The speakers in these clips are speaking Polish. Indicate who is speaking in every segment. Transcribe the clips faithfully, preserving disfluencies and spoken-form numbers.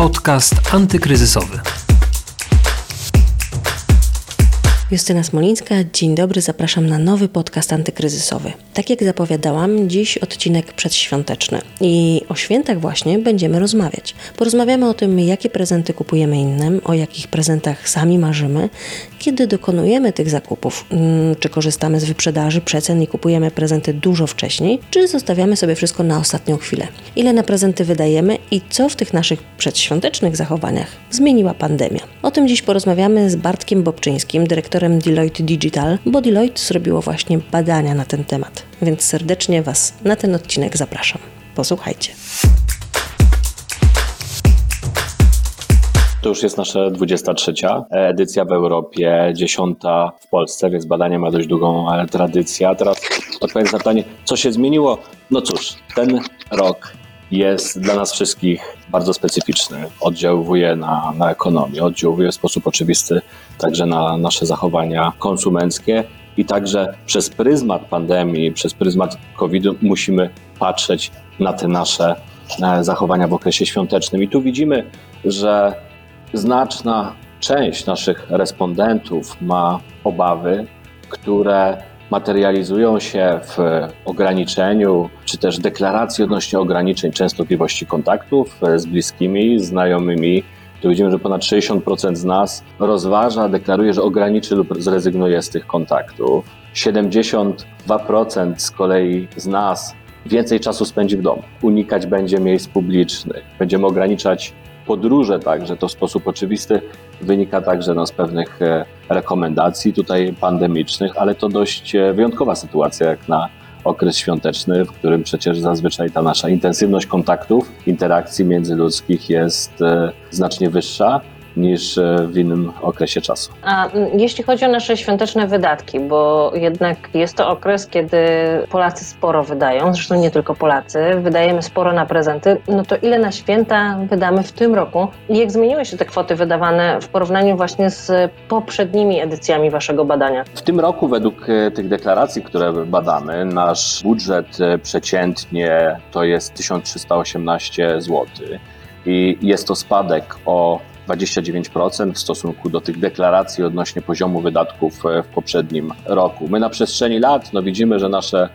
Speaker 1: Podcast antykryzysowy.
Speaker 2: Justyna Smolińska, dzień dobry, zapraszam na nowy podcast antykryzysowy. Tak jak zapowiadałam, dziś odcinek przedświąteczny i o świętach właśnie będziemy rozmawiać. Porozmawiamy o tym, jakie prezenty kupujemy innym, o jakich prezentach sami marzymy, kiedy dokonujemy tych zakupów, czy korzystamy z wyprzedaży, przecen i kupujemy prezenty dużo wcześniej, czy zostawiamy sobie wszystko na ostatnią chwilę. Ile na prezenty wydajemy i co w tych naszych przedświątecznych zachowaniach zmieniła pandemia. O tym dziś porozmawiamy z Bartkiem Bobczyńskim, dyrektorem Deloitte Digital, bo Deloitte zrobiło właśnie badania na ten temat, więc serdecznie Was na ten odcinek zapraszam. Posłuchajcie.
Speaker 3: To już jest nasza dwudziesta trzecia edycja w Europie, dziesiąta w Polsce, więc badanie ma dość długą tradycję. A teraz odpowiedź na pytanie, co się zmieniło? No cóż, ten rok jest dla nas wszystkich bardzo specyficzny. Oddziałuje na, na ekonomię, oddziałuje w sposób oczywisty także na nasze zachowania konsumenckie i także przez pryzmat pandemii, przez pryzmat kowida musimy patrzeć na te nasze zachowania w okresie świątecznym. I tu widzimy, że znaczna część naszych respondentów ma obawy, które materializują się w ograniczeniu, czy też deklaracji odnośnie ograniczeń częstotliwości kontaktów z bliskimi, znajomymi. Tu widzimy, że ponad sześćdziesiąt procent z nas rozważa, deklaruje, że ograniczy lub zrezygnuje z tych kontaktów. siedemdziesiąt dwa procent z kolei z nas więcej czasu spędzi w domu. Unikać będzie miejsc publicznych. Będziemy ograniczać podróże także. To w sposób oczywisty wynika także no, z pewnych rekomendacji tutaj pandemicznych, ale to dość wyjątkowa sytuacja jak na okres świąteczny, w którym przecież zazwyczaj ta nasza intensywność kontaktów, interakcji międzyludzkich jest znacznie wyższa niż w innym okresie czasu.
Speaker 4: A jeśli chodzi o nasze świąteczne wydatki, bo jednak jest to okres, kiedy Polacy sporo wydają, zresztą nie tylko Polacy, wydajemy sporo na prezenty, no to ile na święta wydamy w tym roku i jak zmieniły się te kwoty wydawane w porównaniu właśnie z poprzednimi edycjami waszego badania?
Speaker 3: W tym roku według tych deklaracji, które badamy, nasz budżet przeciętnie to jest tysiąc trzysta osiemnaście złotych i jest to spadek o dwadzieścia dziewięć procent w stosunku do tych deklaracji odnośnie poziomu wydatków w poprzednim roku. My na przestrzeni lat no, widzimy, że nasze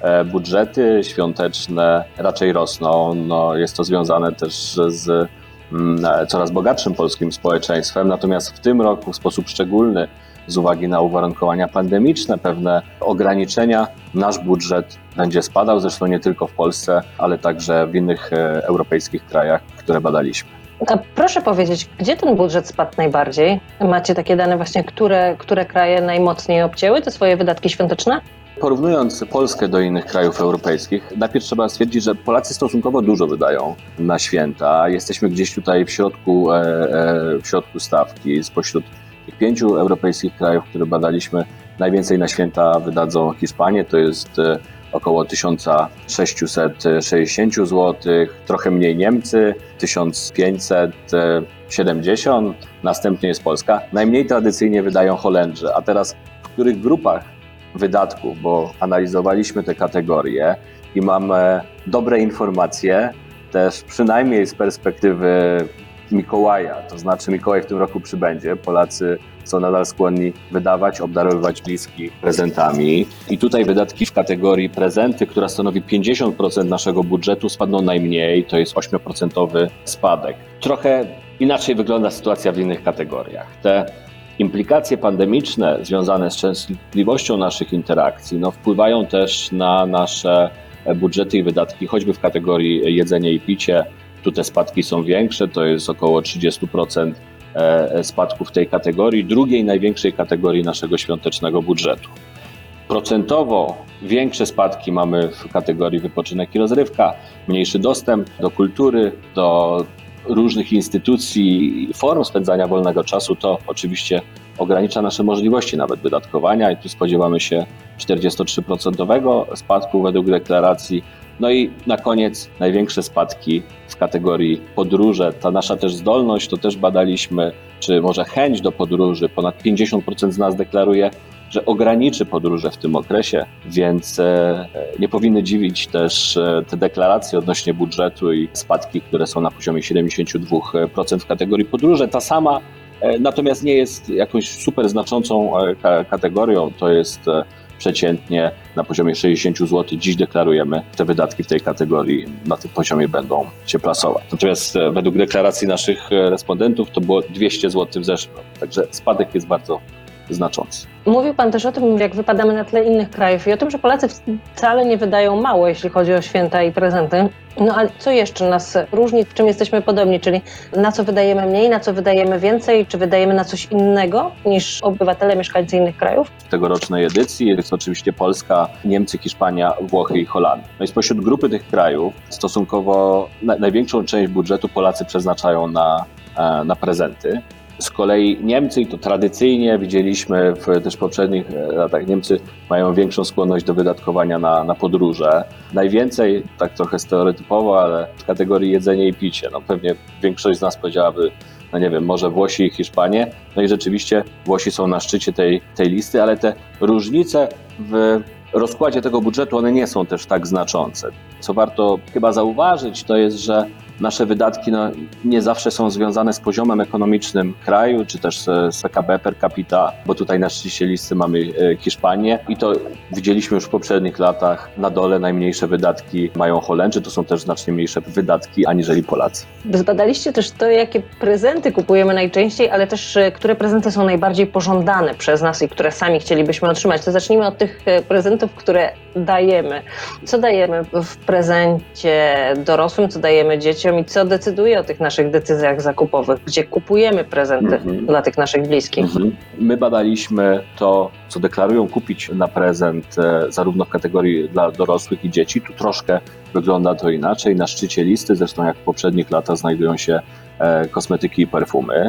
Speaker 3: budżety świąteczne raczej rosną. No, jest to związane też z mm, coraz bogatszym polskim społeczeństwem, natomiast w tym roku w sposób szczególny z uwagi na uwarunkowania pandemiczne, pewne ograniczenia, nasz budżet będzie spadał, zresztą nie tylko w Polsce, ale także w innych europejskich krajach, które badaliśmy.
Speaker 4: A proszę powiedzieć, gdzie ten budżet spadł najbardziej? Macie takie dane właśnie, które, które kraje najmocniej obcięły te swoje wydatki świąteczne?
Speaker 3: Porównując Polskę do innych krajów europejskich, najpierw trzeba stwierdzić, że Polacy stosunkowo dużo wydają na święta. Jesteśmy gdzieś tutaj w środku, w środku stawki. Spośród tych pięciu europejskich krajów, które badaliśmy, najwięcej na święta wydadzą Hiszpanie, to jest około tysiąc sześćset sześćdziesiąt złotych, trochę mniej Niemcy, tysiąc pięćset siedemdziesiąt, następnie jest Polska. Najmniej tradycyjnie wydają Holendrzy, a teraz w których grupach wydatków, bo analizowaliśmy te kategorie i mamy dobre informacje, też przynajmniej z perspektywy Mikołaja, to znaczy Mikołaj w tym roku przybędzie. Polacy są nadal skłonni wydawać, obdarowywać bliskich prezentami. I tutaj wydatki w kategorii prezenty, która stanowi pięćdziesiąt procent naszego budżetu, spadną najmniej, to jest osiem procent spadek. Trochę inaczej wygląda sytuacja w innych kategoriach. Te implikacje pandemiczne związane z częstotliwością naszych interakcji no, wpływają też na nasze budżety i wydatki, choćby w kategorii jedzenie i picie. Tu te spadki są większe, to jest około trzydzieści procent spadku w tej kategorii, drugiej największej kategorii naszego świątecznego budżetu. Procentowo większe spadki mamy w kategorii wypoczynek i rozrywka, mniejszy dostęp do kultury, do różnych instytucji, form spędzania wolnego czasu, to oczywiście ogranicza nasze możliwości nawet wydatkowania i tu spodziewamy się czterdzieści trzy procent spadku według deklaracji. No i na koniec największe spadki w kategorii podróże. Ta nasza też zdolność, to też badaliśmy, czy może chęć do podróży. Ponad pięćdziesiąt procent z nas deklaruje że ograniczy podróże w tym okresie, więc nie powinny dziwić też te deklaracje odnośnie budżetu i spadki, które są na poziomie siedemdziesiąt dwa procent w kategorii podróże. Ta sama natomiast nie jest jakąś super znaczącą kategorią, to jest przeciętnie na poziomie sześćdziesiąt złotych. Dziś deklarujemy, te wydatki w tej kategorii na tym poziomie będą się plasować. Natomiast według deklaracji naszych respondentów to było dwieście złotych w zeszłym roku, także spadek jest bardzo znaczący.
Speaker 4: Mówił Pan też o tym, jak wypadamy na tle innych krajów i o tym, że Polacy wcale nie wydają mało, jeśli chodzi o święta i prezenty. No ale co jeszcze nas różni, w czym jesteśmy podobni, czyli na co wydajemy mniej, na co wydajemy więcej, czy wydajemy na coś innego niż obywatele, mieszkańcy innych krajów?
Speaker 3: W tegorocznej edycji jest oczywiście Polska, Niemcy, Hiszpania, Włochy i Holandia. No i spośród grupy tych krajów stosunkowo na, największą część budżetu Polacy przeznaczają na, na prezenty. Z kolei Niemcy, i to tradycyjnie widzieliśmy w też poprzednich latach, Niemcy mają większą skłonność do wydatkowania na, na podróże. Najwięcej, tak trochę stereotypowo, ale w kategorii jedzenie i picie. No pewnie większość z nas powiedziałaby, no nie wiem, może Włosi i Hiszpanie. No i rzeczywiście Włosi są na szczycie tej, tej listy, ale te różnice w rozkładzie tego budżetu, one nie są też tak znaczące. Co warto chyba zauważyć, to jest, że nasze wydatki no, nie zawsze są związane z poziomem ekonomicznym kraju, czy też z P K B per capita, bo tutaj na szczycie listy mamy Hiszpanię i to widzieliśmy już w poprzednich latach. Na dole najmniejsze wydatki mają Holendrzy, to są też znacznie mniejsze wydatki aniżeli Polacy.
Speaker 4: Zbadaliście też to, jakie prezenty kupujemy najczęściej, ale też które prezenty są najbardziej pożądane przez nas i które sami chcielibyśmy otrzymać. To zacznijmy od tych prezentów, które dajemy. Co dajemy w prezencie dorosłym, co dajemy dzieciom i co decyduje o tych naszych decyzjach zakupowych, gdzie kupujemy prezenty mm-hmm. dla tych naszych bliskich. Mm-hmm.
Speaker 3: My badaliśmy to, co deklarują kupić na prezent zarówno w kategorii dla dorosłych i dzieci. Tu troszkę wygląda to inaczej. Na szczycie listy, zresztą jak w poprzednich latach, znajdują się kosmetyki i perfumy.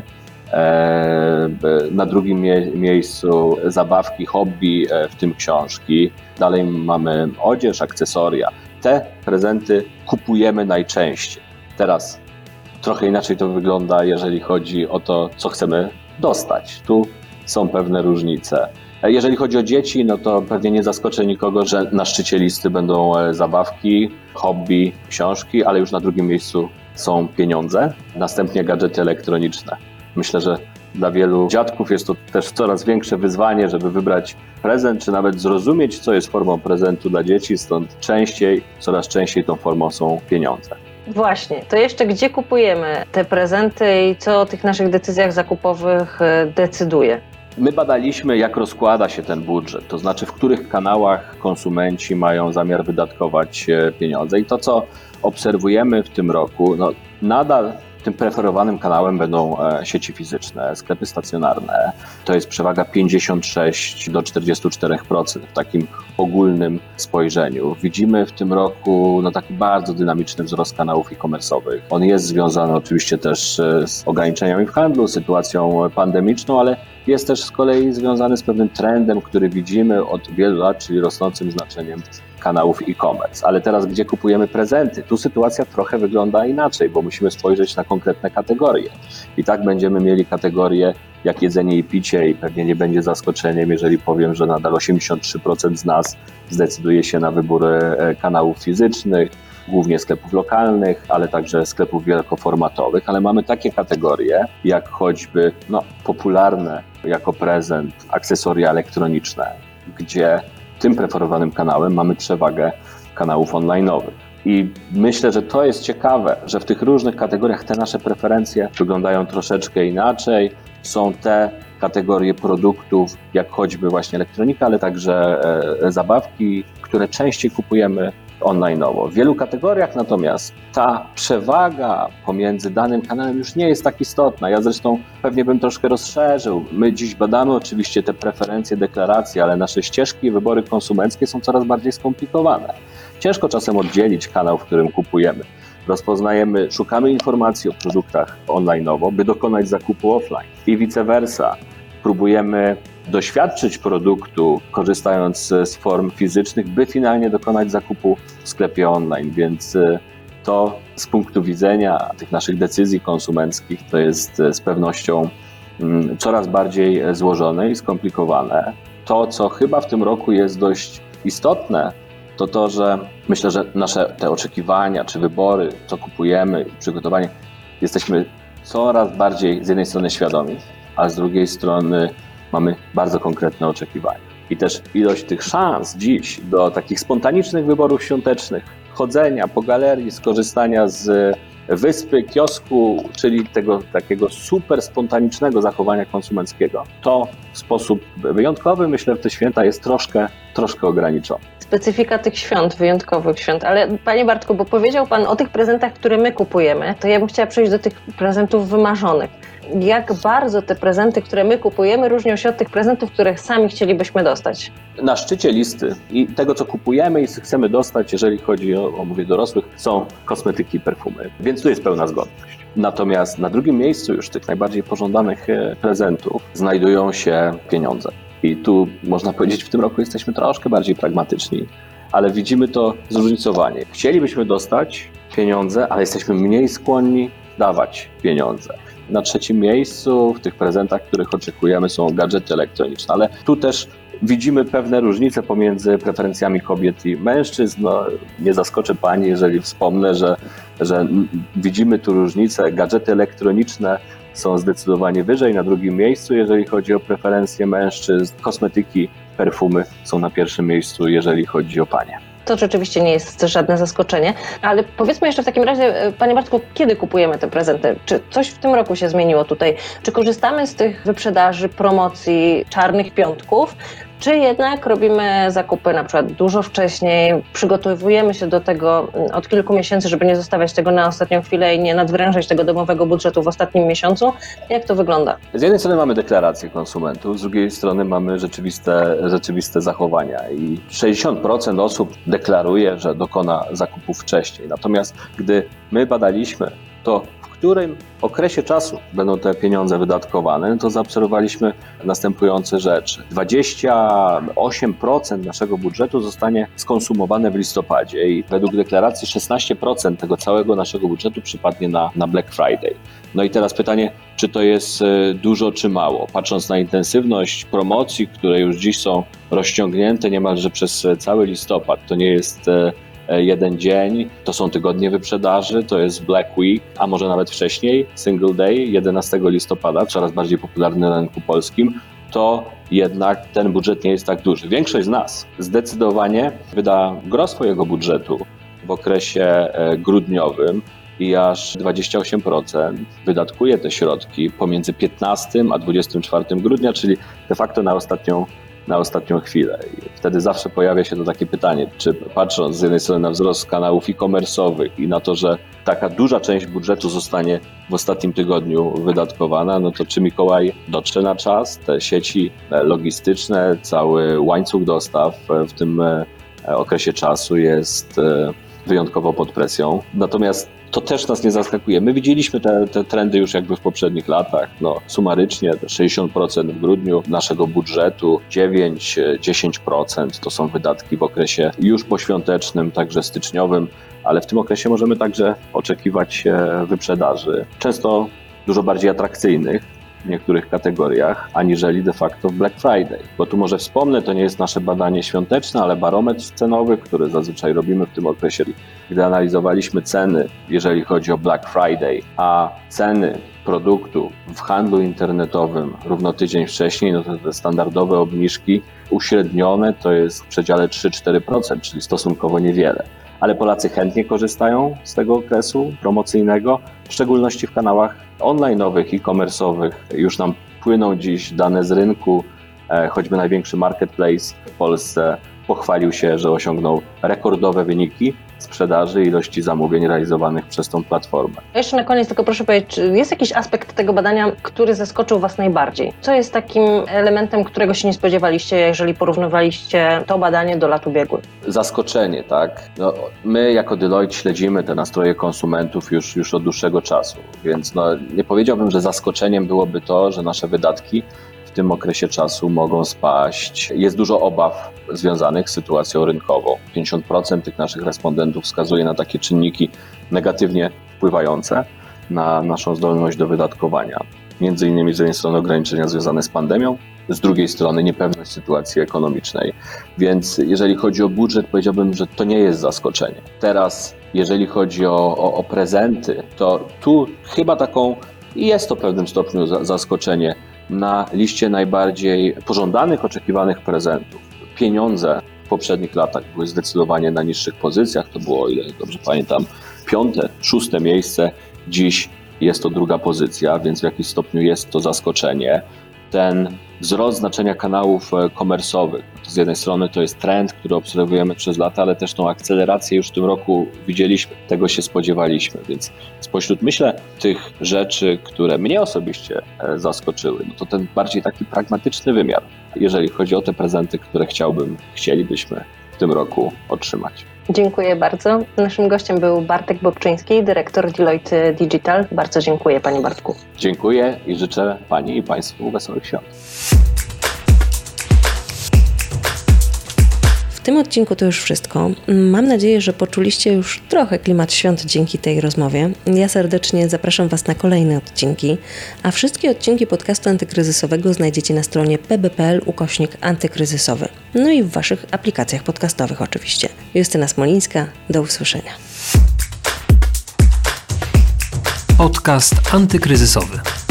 Speaker 3: Na drugim mie- miejscu zabawki, hobby, w tym książki. Dalej mamy odzież, akcesoria. Te prezenty kupujemy najczęściej. Teraz trochę inaczej to wygląda, jeżeli chodzi o to, co chcemy dostać. Tu są pewne różnice. Jeżeli chodzi o dzieci, no to pewnie nie zaskoczę nikogo, że na szczycie listy będą zabawki, hobby, książki, ale już na drugim miejscu są pieniądze, następnie gadżety elektroniczne. Myślę, że dla wielu dziadków jest to też coraz większe wyzwanie, żeby wybrać prezent, czy nawet zrozumieć, co jest formą prezentu dla dzieci, stąd częściej, coraz częściej tą formą są pieniądze.
Speaker 4: Właśnie, to jeszcze gdzie kupujemy te prezenty i co o tych naszych decyzjach zakupowych decyduje?
Speaker 3: My badaliśmy, jak rozkłada się ten budżet, to znaczy w których kanałach konsumenci mają zamiar wydatkować pieniądze. I to, co obserwujemy w tym roku, no nadal tym preferowanym kanałem będą sieci fizyczne, sklepy stacjonarne. To jest przewaga pięćdziesiąt sześć do czterdziestu czterech procent w takim ogólnym spojrzeniu. Widzimy w tym roku no, taki bardzo dynamiczny wzrost kanałów e-commerce'owych. On jest związany oczywiście też z ograniczeniami w handlu, sytuacją pandemiczną, ale jest też z kolei związany z pewnym trendem, który widzimy od wielu lat, czyli rosnącym znaczeniem kanałów e-commerce. Ale teraz gdzie kupujemy prezenty? Tu sytuacja trochę wygląda inaczej, bo musimy spojrzeć na konkretne kategorie. I tak będziemy mieli kategorie jak jedzenie i picie i pewnie nie będzie zaskoczeniem, jeżeli powiem, że nadal osiemdziesiąt trzy procent z nas zdecyduje się na wybór kanałów fizycznych, głównie sklepów lokalnych, ale także sklepów wielkoformatowych, ale mamy takie kategorie jak choćby no, popularne jako prezent akcesoria elektroniczne, gdzie tym preferowanym kanałem mamy przewagę kanałów online'owych. I myślę, że to jest ciekawe, że w tych różnych kategoriach te nasze preferencje wyglądają troszeczkę inaczej. Są te kategorie produktów, jak choćby właśnie elektronika, ale także e, zabawki, które częściej kupujemy online'owo. W wielu kategoriach natomiast ta przewaga pomiędzy danym kanałem już nie jest tak istotna. Ja zresztą pewnie bym troszkę rozszerzył. My dziś badamy oczywiście te preferencje, deklaracje, ale nasze ścieżki i wybory konsumenckie są coraz bardziej skomplikowane. Ciężko czasem oddzielić kanał, w którym kupujemy. Rozpoznajemy, szukamy informacji o produktach online'owo, by dokonać zakupu offline i vice versa. Próbujemy doświadczyć produktu, korzystając z form fizycznych, by finalnie dokonać zakupu w sklepie online, więc to z punktu widzenia tych naszych decyzji konsumenckich to jest z pewnością coraz bardziej złożone i skomplikowane. to, co chyba w tym roku jest dość istotne, to to, że myślę, że nasze te oczekiwania czy wybory, co kupujemy, przygotowanie, jesteśmy coraz bardziej z jednej strony świadomi, a z drugiej strony mamy bardzo konkretne oczekiwania. I też ilość tych szans dziś do takich spontanicznych wyborów świątecznych, chodzenia po galerii, skorzystania z wyspy, kiosku, czyli tego takiego super spontanicznego zachowania konsumenckiego, to w sposób wyjątkowy, myślę, w te święta jest troszkę, troszkę ograniczony.
Speaker 4: Specyfika tych świąt, wyjątkowych świąt, ale Panie Bartku, bo powiedział Pan o tych prezentach, które my kupujemy, to ja bym chciała przejść do tych prezentów wymarzonych. Jak bardzo te prezenty, które my kupujemy, różnią się od tych prezentów, które sami chcielibyśmy dostać?
Speaker 3: Na szczycie listy i tego, co kupujemy i chcemy dostać, jeżeli chodzi o, o mówię, dorosłych, są kosmetyki i perfumy, więc tu jest pełna zgodność. Natomiast na drugim miejscu już tych najbardziej pożądanych prezentów znajdują się pieniądze. I tu można powiedzieć, w tym roku jesteśmy troszkę bardziej pragmatyczni, ale widzimy to zróżnicowanie. Chcielibyśmy dostać pieniądze, ale jesteśmy mniej skłonni dawać pieniądze. Na trzecim miejscu w tych prezentach, których oczekujemy, są gadżety elektroniczne, ale tu też widzimy pewne różnice pomiędzy preferencjami kobiet i mężczyzn. No, nie zaskoczę Pani, jeżeli wspomnę, że, że widzimy tu różnice. Gadżety elektroniczne są zdecydowanie wyżej, na drugim miejscu, jeżeli chodzi o preferencje mężczyzn. Kosmetyki, perfumy są na pierwszym miejscu, jeżeli chodzi o panie.
Speaker 4: To rzeczywiście nie jest żadne zaskoczenie, ale powiedzmy jeszcze w takim razie, Panie Bartku, kiedy kupujemy te prezenty? Czy coś w tym roku się zmieniło tutaj? Czy korzystamy z tych wyprzedaży, promocji czarnych piątków, czy jednak robimy zakupy na przykład dużo wcześniej, przygotowujemy się do tego od kilku miesięcy, żeby nie zostawiać tego na ostatnią chwilę i nie nadwyrężać tego domowego budżetu w ostatnim miesiącu? Jak to wygląda?
Speaker 3: Z jednej strony mamy deklaracje konsumentów, z drugiej strony mamy rzeczywiste, rzeczywiste zachowania i sześćdziesiąt procent osób deklaruje, że dokona zakupów wcześniej. Natomiast gdy my badaliśmy to, w którym okresie czasu będą te pieniądze wydatkowane, to zaobserwowaliśmy następujące rzeczy. dwadzieścia osiem procent naszego budżetu zostanie skonsumowane w listopadzie i według deklaracji szesnaście procent tego całego naszego budżetu przypadnie na, na Black Friday. No i teraz pytanie, czy to jest dużo, czy mało? Patrząc na intensywność promocji, które już dziś są rozciągnięte niemalże przez cały listopad, to nie jest jeden dzień, to są tygodnie wyprzedaży, to jest Black Week, a może nawet wcześniej, Single Day, jedenastego listopada, coraz bardziej popularny na rynku polskim, to jednak ten budżet nie jest tak duży. Większość z nas zdecydowanie wyda gros swojego budżetu w okresie grudniowym i aż dwadzieścia osiem procent wydatkuje te środki pomiędzy piętnastego a dwudziestego czwartego grudnia, czyli de facto na ostatnią na ostatnią chwilę. I wtedy zawsze pojawia się to takie pytanie, czy patrząc z jednej strony na wzrost kanałów e-commerce'owych i na to, że taka duża część budżetu zostanie w ostatnim tygodniu wydatkowana, no to czy Mikołaj dotrze na czas? Te sieci logistyczne, cały łańcuch dostaw w tym okresie czasu jest wyjątkowo pod presją. Natomiast to też nas nie zaskakuje. My widzieliśmy te, te trendy już jakby w poprzednich latach. No, sumarycznie sześćdziesiąt procent w grudniu naszego budżetu, dziewięć do dziesięciu procent to są wydatki w okresie już poświątecznym, także styczniowym, ale w tym okresie możemy także oczekiwać wyprzedaży, często dużo bardziej atrakcyjnych w niektórych kategoriach, aniżeli de facto w Black Friday. Bo tu może wspomnę, to nie jest nasze badanie świąteczne, ale barometr cenowy, który zazwyczaj robimy w tym okresie, gdy analizowaliśmy ceny, jeżeli chodzi o Black Friday, a ceny produktu w handlu internetowym równo tydzień wcześniej, no to te standardowe obniżki uśrednione to jest w przedziale trzy do czterech procent, czyli stosunkowo niewiele. Ale Polacy chętnie korzystają z tego okresu promocyjnego, w szczególności w kanałach online'owych, e-commerce'owych. Już nam płyną dziś dane z rynku, choćby największy marketplace w Polsce pochwalił się, że osiągnął rekordowe wyniki sprzedaży i ilości zamówień realizowanych przez tą platformę.
Speaker 4: A jeszcze na koniec tylko proszę powiedzieć, czy jest jakiś aspekt tego badania, który zaskoczył Was najbardziej? Co jest takim elementem, którego się nie spodziewaliście, jeżeli porównywaliście to badanie do lat ubiegłych?
Speaker 3: Zaskoczenie, tak? No, my jako Deloitte śledzimy te nastroje konsumentów już, już od dłuższego czasu, więc no, nie powiedziałbym, że zaskoczeniem byłoby to, że nasze wydatki w tym okresie czasu mogą spaść. Jest dużo obaw związanych z sytuacją rynkową. pięćdziesiąt procent tych naszych respondentów wskazuje na takie czynniki negatywnie wpływające na naszą zdolność do wydatkowania. między innymi z jednej strony ograniczenia związane z pandemią, z drugiej strony niepewność sytuacji ekonomicznej. Więc jeżeli chodzi o budżet, powiedziałbym, że to nie jest zaskoczenie. Teraz, jeżeli chodzi o, o, o prezenty, to tu chyba taką, jest to w pewnym stopniu za, zaskoczenie, na liście najbardziej pożądanych, oczekiwanych prezentów. Pieniądze w poprzednich latach były zdecydowanie na niższych pozycjach, to było, o ile dobrze pamiętam, piąte, szóste miejsce, dziś jest to druga pozycja, więc w jakimś stopniu jest to zaskoczenie. Ten wzrost znaczenia kanałów komersowych, z jednej strony to jest trend, który obserwujemy przez lata, ale też tą akcelerację już w tym roku widzieliśmy, tego się spodziewaliśmy, więc spośród, myślę, tych rzeczy, które mnie osobiście zaskoczyły, no to ten bardziej taki pragmatyczny wymiar, jeżeli chodzi o te prezenty, które chciałbym, chcielibyśmy w tym roku otrzymać.
Speaker 4: Dziękuję bardzo. Naszym gościem był Bartek Bobczyński, dyrektor Deloitte Digital. Bardzo dziękuję, panie Bartku.
Speaker 3: Dziękuję i życzę pani i państwu wesołych świąt.
Speaker 2: W tym odcinku to już wszystko. Mam nadzieję, że poczuliście już trochę klimat świąt dzięki tej rozmowie. Ja serdecznie zapraszam Was na kolejne odcinki, a wszystkie odcinki podcastu antykryzysowego znajdziecie na stronie pb.pl ukośnik antykryzysowy. No i w Waszych aplikacjach podcastowych oczywiście. Justyna Smolińska, do usłyszenia.
Speaker 1: Podcast antykryzysowy.